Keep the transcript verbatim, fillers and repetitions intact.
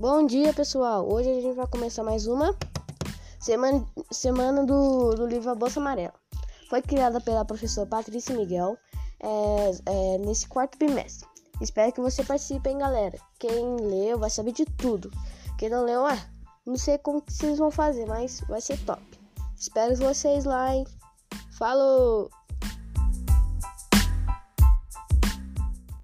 Bom dia, pessoal! Hoje a gente vai começar mais uma semana, semana do, do livro A Bolsa Amarela. Foi criada pela professora Patrícia Miguel é, é, nesse quarto bimestre. Espero que você participe, hein, galera? Quem leu vai saber de tudo. Quem não leu, é, não sei como que vocês vão fazer, mas vai ser top. Espero vocês lá, hein? Falou!